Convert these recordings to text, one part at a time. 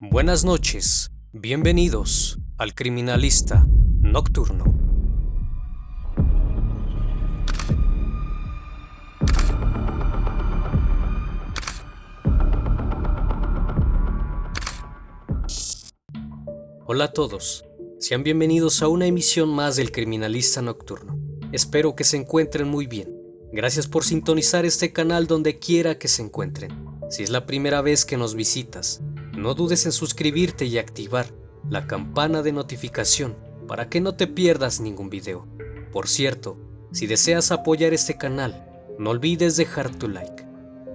Buenas noches, bienvenidos al Criminalista Nocturno. Hola a todos, sean bienvenidos a una emisión más del Criminalista Nocturno. Espero que se encuentren muy bien. Gracias por sintonizar este canal donde quiera que se encuentren. Si es la primera vez que nos visitas, no dudes en suscribirte y activar la campana de notificación para que no te pierdas ningún video. Por cierto, si deseas apoyar este canal, no olvides dejar tu like.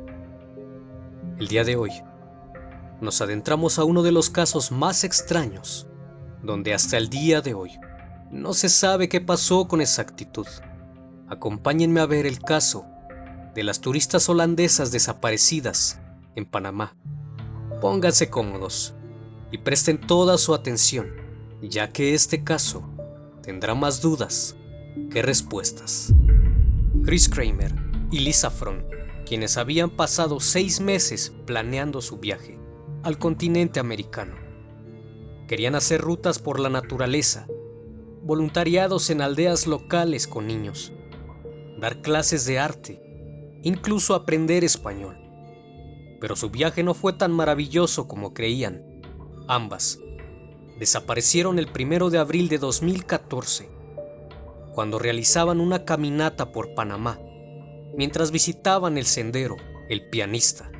El día de hoy, nos adentramos a uno de los casos más extraños, donde hasta el día de hoy no se sabe qué pasó con exactitud. Acompáñenme a ver el caso de las turistas holandesas desaparecidas en Panamá. Pónganse cómodos y presten toda su atención, ya que este caso tendrá más dudas que respuestas. Chris Kramer y Lisa Fromm, quienes habían pasado 6 meses planeando su viaje al continente americano, querían hacer rutas por la naturaleza, voluntariados en aldeas locales con niños, dar clases de arte, incluso aprender español. Pero su viaje no fue tan maravilloso como creían. Ambas desaparecieron el 1 de abril de 2014, cuando realizaban una caminata por Panamá, mientras visitaban el sendero El Pianista.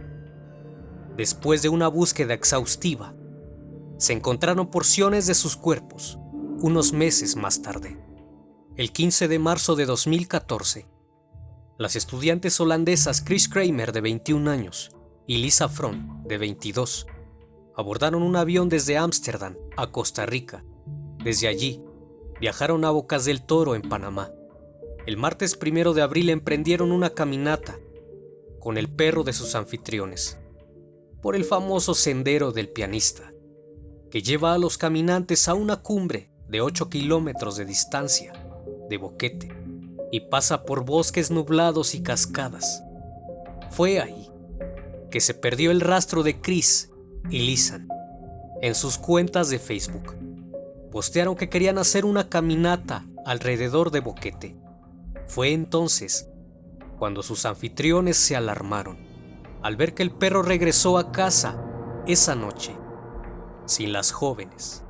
Después de una búsqueda exhaustiva, se encontraron porciones de sus cuerpos unos meses más tarde. El 15 de marzo de 2014, las estudiantes holandesas Chris Kramer, de 21 años, y Lisa Fromm, de 22, abordaron un avión desde Ámsterdam a Costa Rica. Desde allí, viajaron a Bocas del Toro, en Panamá. El martes 1 de abril emprendieron una caminata con el perro de sus anfitriones por el famoso sendero del Pianista, que lleva a los caminantes a una cumbre de 8 kilómetros de distancia de Boquete y pasa por bosques nublados y cascadas. Fue ahí que se perdió el rastro de Chris y Lisa. En sus cuentas de Facebook, postearon que querían hacer una caminata alrededor de Boquete. Fue entonces cuando sus anfitriones se alarmaron al ver que el perro regresó a casa esa noche sin las jóvenes.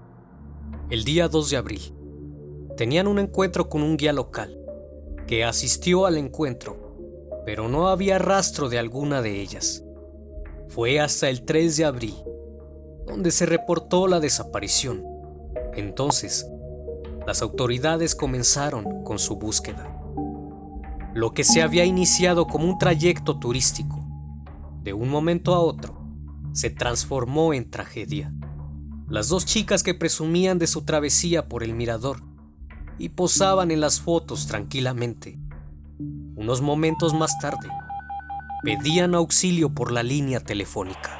El día 2 de abril, tenían un encuentro con un guía local que asistió al encuentro, pero no había rastro de alguna de ellas. Fue hasta el 3 de abril donde se reportó la desaparición. Entonces, las autoridades comenzaron con su búsqueda. Lo que se había iniciado como un trayecto turístico, de un momento a otro, se transformó en tragedia. Las dos chicas que presumían de su travesía por el mirador y posaban en las fotos tranquilamente, unos momentos más tarde, pedían auxilio por la línea telefónica.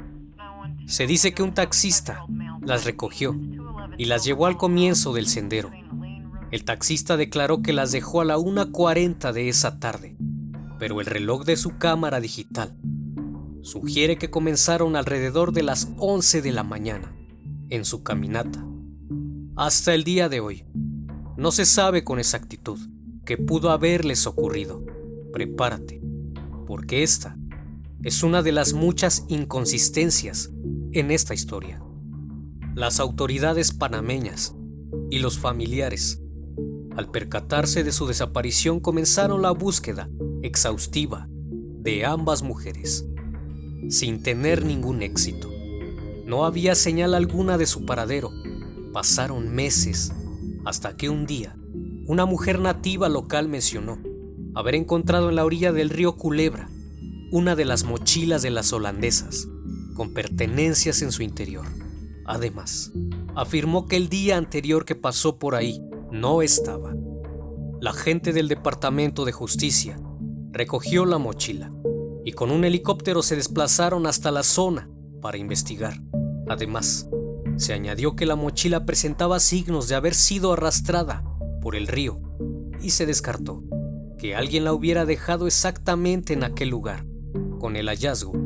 Se dice que un taxista las recogió y las llevó al comienzo del sendero. El taxista declaró que las dejó a la 1:40 de esa tarde, pero el reloj de su cámara digital sugiere que comenzaron alrededor de las 11 de la mañana en su caminata. Hasta el día de hoy, no se sabe con exactitud qué pudo haberles ocurrido. Prepárate, porque esta es una de las muchas inconsistencias en esta historia. Las autoridades panameñas y los familiares, al percatarse de su desaparición, comenzaron la búsqueda exhaustiva de ambas mujeres, sin tener ningún éxito. No había señal alguna de su paradero. Pasaron meses hasta que un día una mujer nativa local mencionó haber encontrado en la orilla del río Culebra una de las mochilas de las holandesas con pertenencias en su interior. Además, afirmó que el día anterior que pasó por ahí no estaba. La gente del Departamento de Justicia recogió la mochila y con un helicóptero se desplazaron hasta la zona para investigar. Además, se añadió que la mochila presentaba signos de haber sido arrastrada por el río y se descartó que alguien la hubiera dejado exactamente en aquel lugar. Con el hallazgo,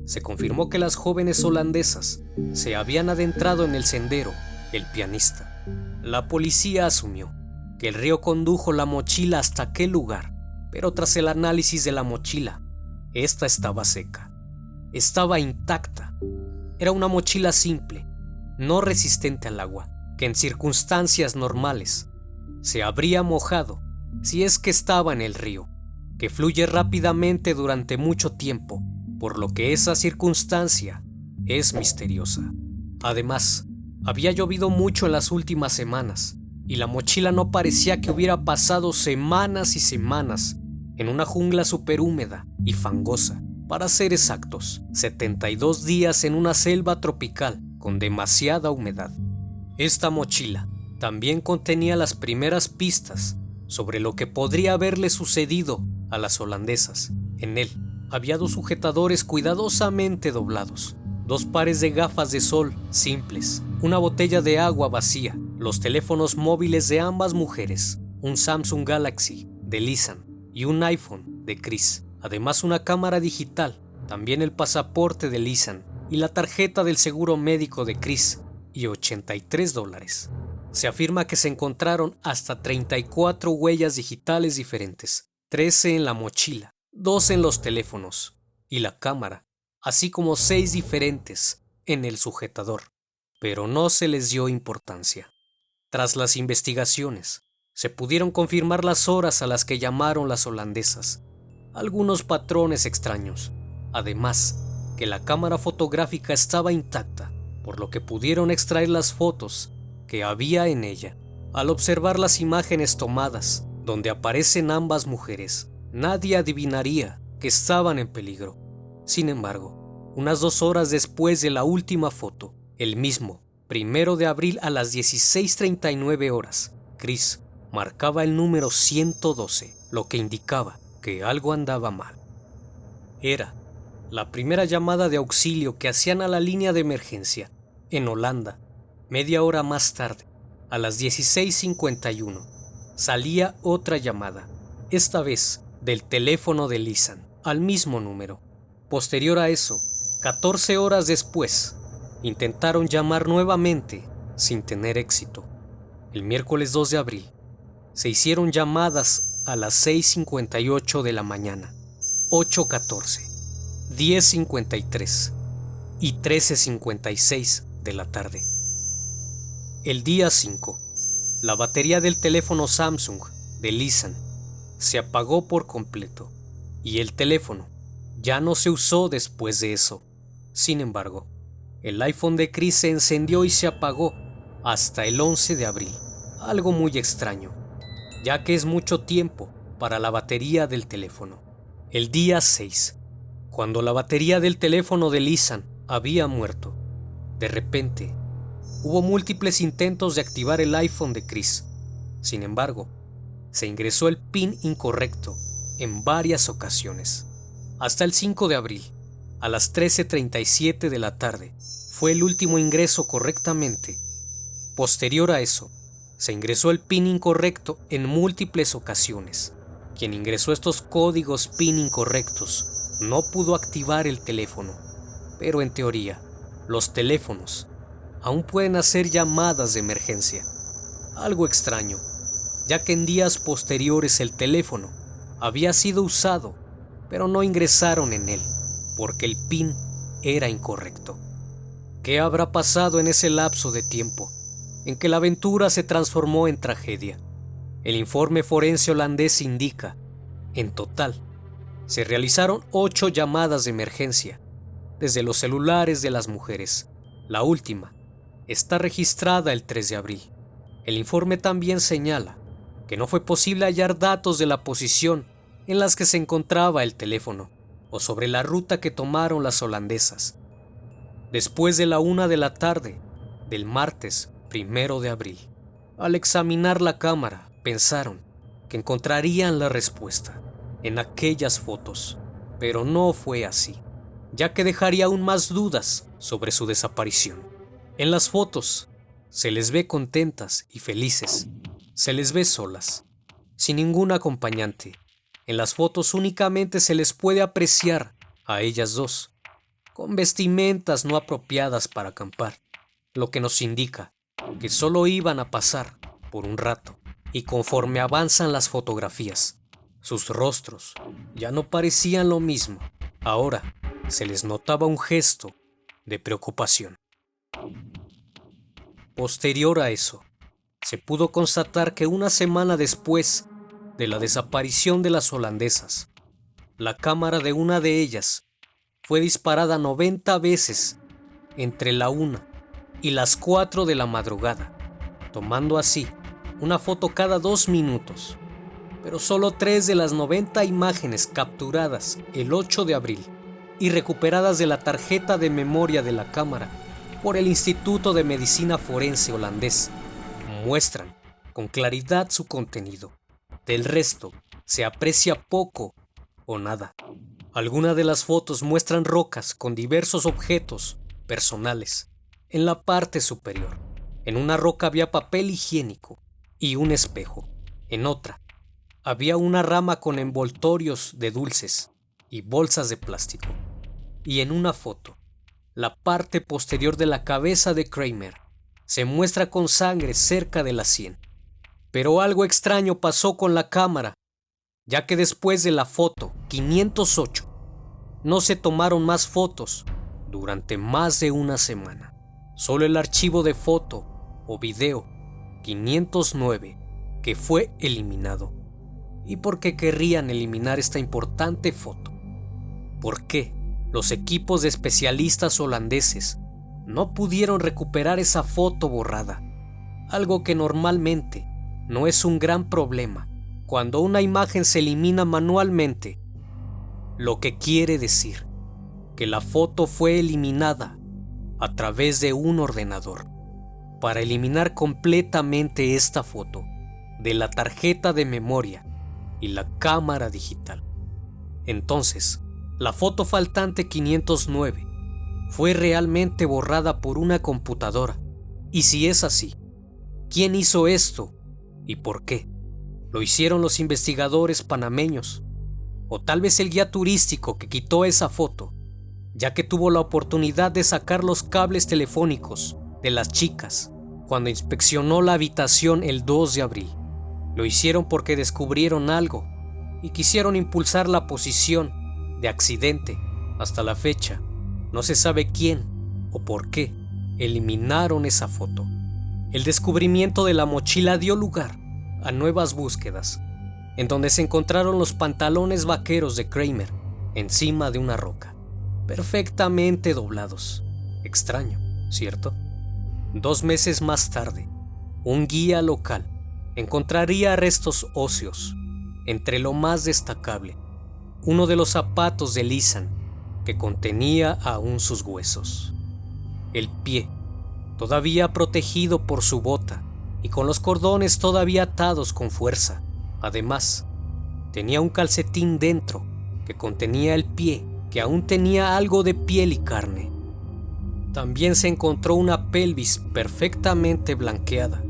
se confirmó que las jóvenes holandesas se habían adentrado en el sendero El Pianista. La policía asumió que el río condujo la mochila hasta aquel lugar, pero tras el análisis de la mochila, esta estaba seca. Estaba intacta. Era una mochila simple, no resistente al agua, que en circunstancias normales se habría mojado si es que estaba en el río, que fluye rápidamente durante mucho tiempo, por lo que esa circunstancia es misteriosa. Además, había llovido mucho en las últimas semanas, y la mochila no parecía que hubiera pasado semanas y semanas en una jungla superhúmeda y fangosa. Para ser exactos, 72 días en una selva tropical con demasiada humedad. Esta mochila también contenía las primeras pistas sobre lo que podría haberle sucedido a las holandesas. En él había 2 sujetadores cuidadosamente doblados, 2 pares de gafas de sol simples, una botella de agua vacía, los teléfonos móviles de ambas mujeres, un Samsung Galaxy de Lisan y un iPhone de Chris. Además, una cámara digital, también el pasaporte de Lisan y la tarjeta del seguro médico de Chris y $83. Se afirma que se encontraron hasta 34 huellas digitales diferentes, 13 en la mochila, 2 en los teléfonos y la cámara, así como 6 diferentes en el sujetador, pero no se les dio importancia. Tras las investigaciones, se pudieron confirmar las horas a las que llamaron las holandesas, algunos patrones extraños, además que la cámara fotográfica estaba intacta, por lo que pudieron extraer las fotos que había en ella. Al observar las imágenes tomadas, donde aparecen ambas mujeres, nadie adivinaría que estaban en peligro. Sin embargo, unas 2 horas después de la última foto, el mismo 1 de abril a las 16:39 horas, Chris marcaba el número 112, lo que indicaba que algo andaba mal. Era la primera llamada de auxilio que hacían a la línea de emergencia en Holanda. Media hora más tarde, a las 16:51, salía otra llamada, esta vez del teléfono de Lisan, al mismo número. Posterior a eso, 14 horas después, intentaron llamar nuevamente sin tener éxito. El miércoles 2 de abril, se hicieron llamadas a las 6:58 de la mañana, 8:14, 10:53 y 13:56 de la tarde. El día 5, la batería del teléfono Samsung de Lisan se apagó por completo y el teléfono ya no se usó después de eso. Sin embargo, el iPhone de Chris se encendió y se apagó hasta el 11 de abril, algo muy extraño, ya que es mucho tiempo para la batería del teléfono. El día 6, cuando la batería del teléfono de Lisan había muerto, de repente hubo múltiples intentos de activar el iPhone de Chris. Sin embargo, se ingresó el PIN incorrecto en varias ocasiones. Hasta el 5 de abril, a las 13:37 de la tarde, fue el último ingreso correctamente. Posterior a eso, se ingresó el PIN incorrecto en múltiples ocasiones. Quien ingresó estos códigos PIN incorrectos no pudo activar el teléfono, pero en teoría, los teléfonos aún pueden hacer llamadas de emergencia. Algo extraño, ya que en días posteriores el teléfono había sido usado, pero no ingresaron en él, porque el PIN era incorrecto. ¿Qué habrá pasado en ese lapso de tiempo en que la aventura se transformó en tragedia? El informe forense holandés indica, en total, se realizaron 8 llamadas de emergencia desde los celulares de las mujeres. La última está registrada el 3 de abril. El informe también señala que no fue posible hallar datos de la posición en las que se encontraba el teléfono o sobre la ruta que tomaron las holandesas. Después de la 1 de la tarde del martes 1 de abril, al examinar la cámara, pensaron que encontrarían la respuesta en aquellas fotos, pero no fue así, ya que dejaría aún más dudas sobre su desaparición. En las fotos se les ve contentas y felices, se les ve solas, sin ningún acompañante. En las fotos únicamente se les puede apreciar a ellas dos. con vestimentas no apropiadas para acampar, lo que nos indica que solo iban a pasar por un rato. Y conforme avanzan las fotografías, sus rostros ya no parecían lo mismo. Ahora se les notaba un gesto de preocupación. Posterior a eso, se pudo constatar que una semana después de la desaparición de las holandesas, la cámara de una de ellas fue disparada 90 veces entre la 1 y las 4 de la madrugada, tomando así una foto cada 2 minutos. Pero solo 3 de las 90 imágenes capturadas el 8 de abril y recuperadas de la tarjeta de memoria de la cámara por el Instituto de Medicina Forense holandés muestran con claridad su contenido. Del resto se aprecia poco o nada. Algunas de las fotos muestran rocas con diversos objetos personales en la parte superior. En una roca había papel higiénico y un espejo. En otra había una rama con envoltorios de dulces y bolsas de plástico. Y en una foto, la parte posterior de la cabeza de Kramer se muestra con sangre cerca de la sien. Pero algo extraño pasó con la cámara, ya que después de la foto 508 no se tomaron más fotos durante más de una semana. Solo el archivo de foto o video 509 que fue eliminado. ¿Y por qué querrían eliminar esta importante foto? ¿Por qué los equipos de especialistas holandeses no pudieron recuperar esa foto borrada? Algo que normalmente no es un gran problema cuando una imagen se elimina manualmente, lo que quiere decir que la foto fue eliminada a través de un ordenador. Para eliminar completamente esta foto de la tarjeta de memoria y la cámara digital. Entonces, la foto faltante 509 fue realmente borrada por una computadora. Y si es así, ¿quién hizo esto y por qué? ¿Lo hicieron los investigadores panameños? ¿O tal vez el guía turístico que quitó esa foto, ya que tuvo la oportunidad de sacar los cables telefónicos de las chicas cuando inspeccionó la habitación el 2 de abril? Lo hicieron porque descubrieron algo y quisieron impulsar la posición de accidente. Hasta la fecha, no se sabe quién o por qué eliminaron esa foto. El descubrimiento de la mochila dio lugar a nuevas búsquedas, en donde se encontraron los pantalones vaqueros de Kramer encima de una roca, perfectamente doblados. Extraño, ¿cierto? 2 meses más tarde, un guía local encontraría restos óseos. Entre lo más destacable, uno de los zapatos de Lisan, que contenía aún sus huesos. El pie, todavía protegido por su bota y con los cordones todavía atados con fuerza. Además, tenía un calcetín dentro que contenía el pie, que aún tenía algo de piel y carne. También se encontró una pelvis perfectamente blanqueada.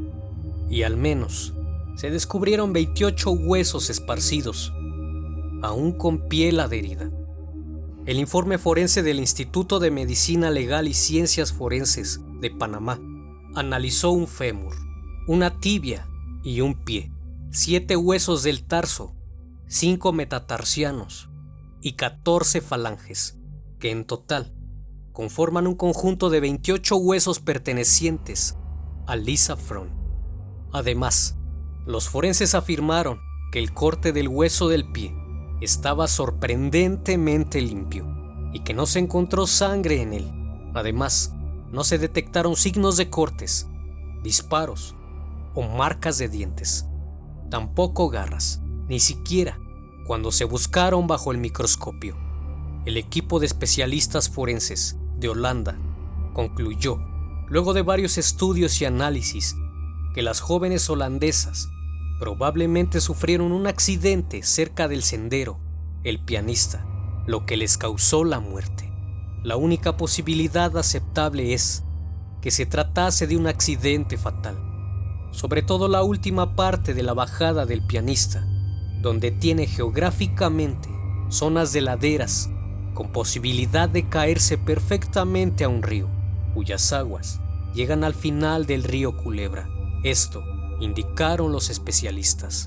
Y al menos se descubrieron 28 huesos esparcidos, aún con piel adherida. El informe forense del Instituto de Medicina Legal y Ciencias Forenses de Panamá analizó un fémur, una tibia y un pie, 7 huesos del tarso, 5 metatarsianos y 14 falanges, que en total conforman un conjunto de 28 huesos pertenecientes a Lisa Froon. Además, los forenses afirmaron que el corte del hueso del pie estaba sorprendentemente limpio y que no se encontró sangre en él. Además, no se detectaron signos de cortes, disparos o marcas de dientes. Tampoco garras, ni siquiera cuando se buscaron bajo el microscopio. El equipo de especialistas forenses de Holanda concluyó, luego de varios estudios y análisis, que las jóvenes holandesas probablemente sufrieron un accidente cerca del sendero El Pianista, lo que les causó la muerte. La única posibilidad aceptable es que se tratase de un accidente fatal, sobre todo la última parte de la bajada del Pianista, donde tiene geográficamente zonas de laderas con posibilidad de caerse perfectamente a un río, cuyas aguas llegan al final del río Culebra. Esto indicaron los especialistas.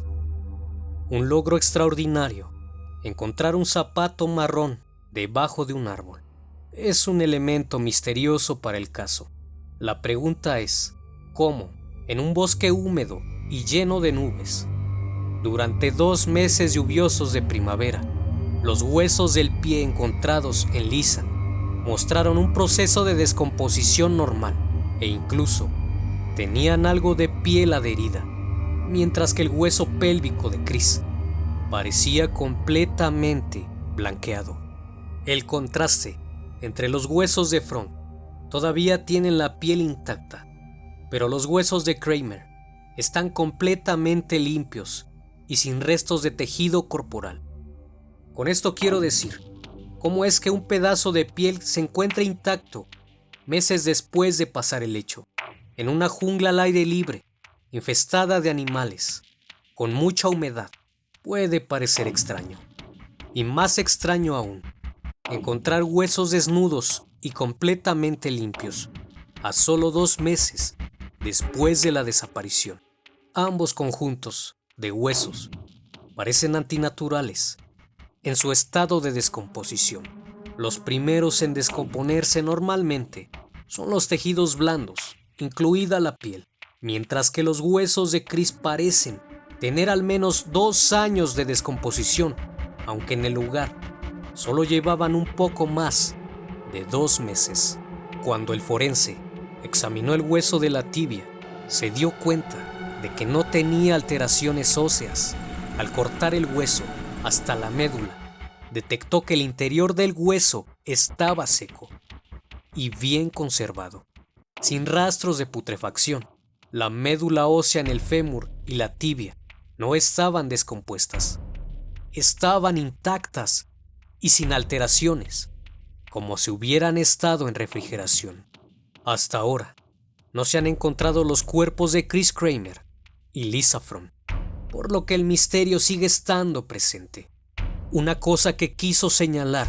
Un logro extraordinario: encontrar un zapato marrón debajo de un árbol. Es un elemento misterioso para el caso. La pregunta es, ¿cómo, en un bosque húmedo y lleno de nubes, durante 2 meses lluviosos de primavera, los huesos del pie encontrados en Lisan mostraron un proceso de descomposición normal e incluso tenían algo de piel adherida, mientras que el hueso pélvico de Chris parecía completamente blanqueado? El contraste entre los huesos de Fromm todavía tienen la piel intacta, pero los huesos de Kramer están completamente limpios y sin restos de tejido corporal. Con esto quiero decir, ¿cómo es que un pedazo de piel se encuentra intacto meses después de pasar el hecho, en una jungla al aire libre, infestada de animales, con mucha humedad? Puede parecer extraño. Y más extraño aún, encontrar huesos desnudos y completamente limpios a solo 2 meses después de la desaparición. Ambos conjuntos de huesos parecen antinaturales en su estado de descomposición. Los primeros en descomponerse normalmente son los tejidos blandos, incluida la piel, mientras que los huesos de Chris parecen tener al menos 2 años de descomposición, aunque en el lugar solo llevaban un poco más de 2 meses. Cuando el forense examinó el hueso de la tibia, se dio cuenta de que no tenía alteraciones óseas. Al cortar el hueso hasta la médula, detectó que el interior del hueso estaba seco y bien conservado, sin rastros de putrefacción. La médula ósea en el fémur y la tibia no estaban descompuestas, estaban intactas y sin alteraciones, como si hubieran estado en refrigeración. Hasta ahora, no se han encontrado los cuerpos de Chris Kramer y Lisa Fromm, por lo que el misterio sigue estando presente. Una cosa que quiso señalar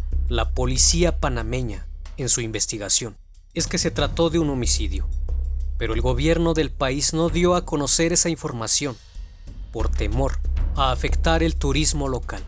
la policía panameña en su investigación es que se trató de un homicidio, pero el gobierno del país no dio a conocer esa información por temor a afectar el turismo local.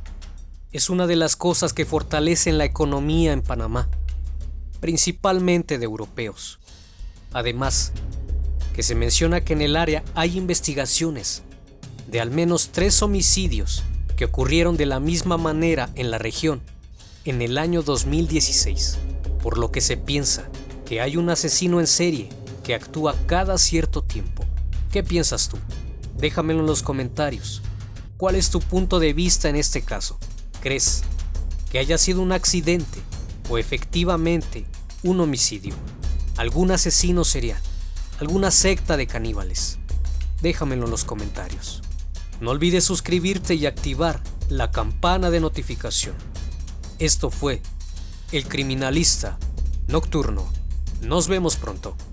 Es una de las cosas que fortalecen la economía en Panamá, principalmente de europeos. Además, que se menciona que en el área hay investigaciones de al menos 3 homicidios que ocurrieron de la misma manera en la región en el año 2016, por lo que se piensa que hay un asesino en serie que actúa cada cierto tiempo. ¿Qué piensas tú? Déjamelo en los comentarios. ¿Cuál es tu punto de vista en este caso? ¿Crees que haya sido un accidente o efectivamente un homicidio? ¿Algún asesino serial? ¿Alguna secta de caníbales? Déjamelo en los comentarios. No olvides suscribirte y activar la campana de notificación. Esto fue El Criminalista Nocturno. Nos vemos pronto.